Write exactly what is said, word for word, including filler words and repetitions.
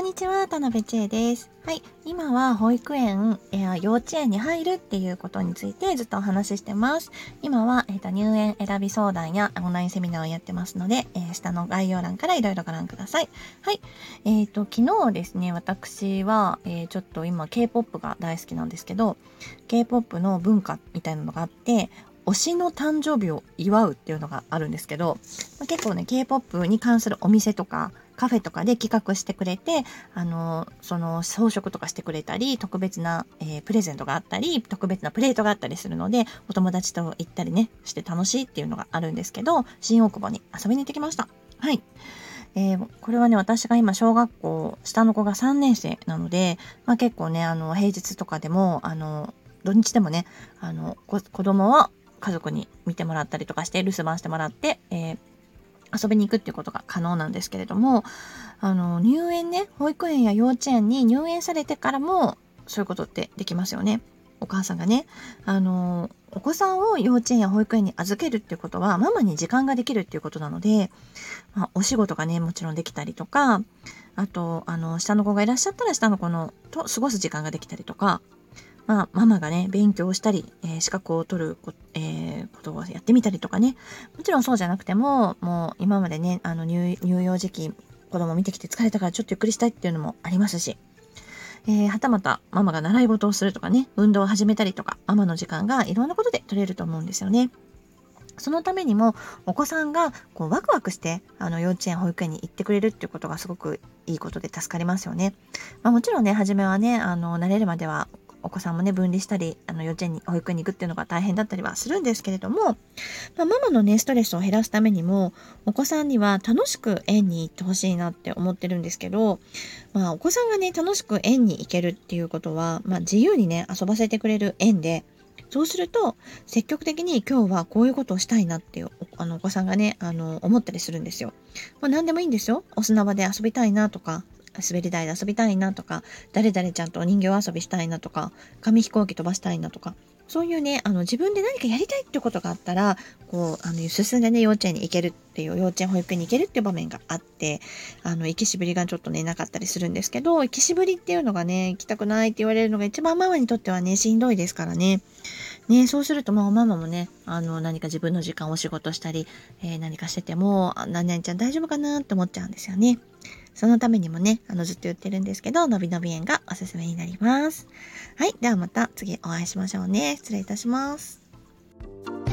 にちは、田辺千恵です。はい、今は保育園や幼稚園に入るっていうことについてずっとお話ししてます。今は、えー、と入園選び相談やオンラインセミナーをやってますので、えー、下の概要欄からいろいろご覧ください。はい、えーと昨日ですね、私は、えー、ちょっと今 K-ポップ が大好きなんですけど、K-ポップ の文化みたいなのがあって、推しの誕生日を祝うっていうのがあるんですけど、まあ、結構ね K-ポップ に関するお店とかカフェとかで企画してくれて、あのその装飾とかしてくれたり、特別な、えー、プレゼントがあったり、特別なプレートがあったりするので、お友達と行ったりねして楽しいっていうのがあるんですけど、新大久保に遊びに行ってきました。はい、えー、これはね、私が今小学校下の子がさんねん生なので、まあ、結構ね、あの平日とかでもあの土日でもね、あの子供は家族に見てもらったりとかして留守番してもらって、えー遊びに行くっていうことが可能なんですけれども、あの入園ね、保育園や幼稚園に入園されてからもそういうことってできますよね。お母さんがね、あのお子さんを幼稚園や保育園に預けるっていうことはママに時間ができるっていうことなので、まあ、お仕事がねもちろんできたりとか、あとあの下の子がいらっしゃったら下の子のと過ごす時間ができたりとか、まあ、ママがね、勉強したり、えー資格を取るこ、えーことをやってみたりとかね。もちろんそうじゃなくても、もう今までね、あの乳、乳幼児期、子供見てきて疲れたからちょっとゆっくりしたいっていうのもありますし、えーはたまたママが習い事をするとかね、運動を始めたりとか、ママの時間がいろんなことで取れると思うんですよね。そのためにも、お子さんがこうワクワクして、あの幼稚園、保育園に行ってくれるっていうことがすごくいいことで助かりますよね。まあ、もちろんね、初めはね、あの、慣れるまでは、お子さんもね、分離したり、あの、幼稚園に、保育園に行くっていうのが大変だったりはするんですけれども、まあ、ママのね、ストレスを減らすためにも、お子さんには楽しく園に行ってほしいなって思ってるんですけど、まあ、お子さんがね、楽しく園に行けるっていうことは、まあ、自由にね、遊ばせてくれる園で、そうすると、積極的に今日はこういうことをしたいなっていう、あの、お子さんがね、あの、思ったりするんですよ。まあ、何でもいいんですよ。お砂場で遊びたいなとか、滑り台で遊びたいなとか、誰々ちゃんとお人形遊びしたいなとか、紙飛行機飛ばしたいなとか、そういうね、あの、自分で何かやりたいってことがあったら、こう、あの、進んでね、幼稚園に行けるっていう、幼稚園保育園に行けるっていう場面があって、あの、行きしぶりがちょっとね、なかったりするんですけど、行きしぶりっていうのがね、行きたくないって言われるのが一番ママにとってはね、しんどいですからね。ね、そうすると、まあ、ママもね、あの、何か自分の時間お仕事したり、えー何かしてても、あ何々ちゃん大丈夫かなって思っちゃうんですよね。そのためにもね、あの、ずっと言ってるんですけど、のびのび園がおすすめになります。はい。ではまた次お会いしましょうね。失礼いたします。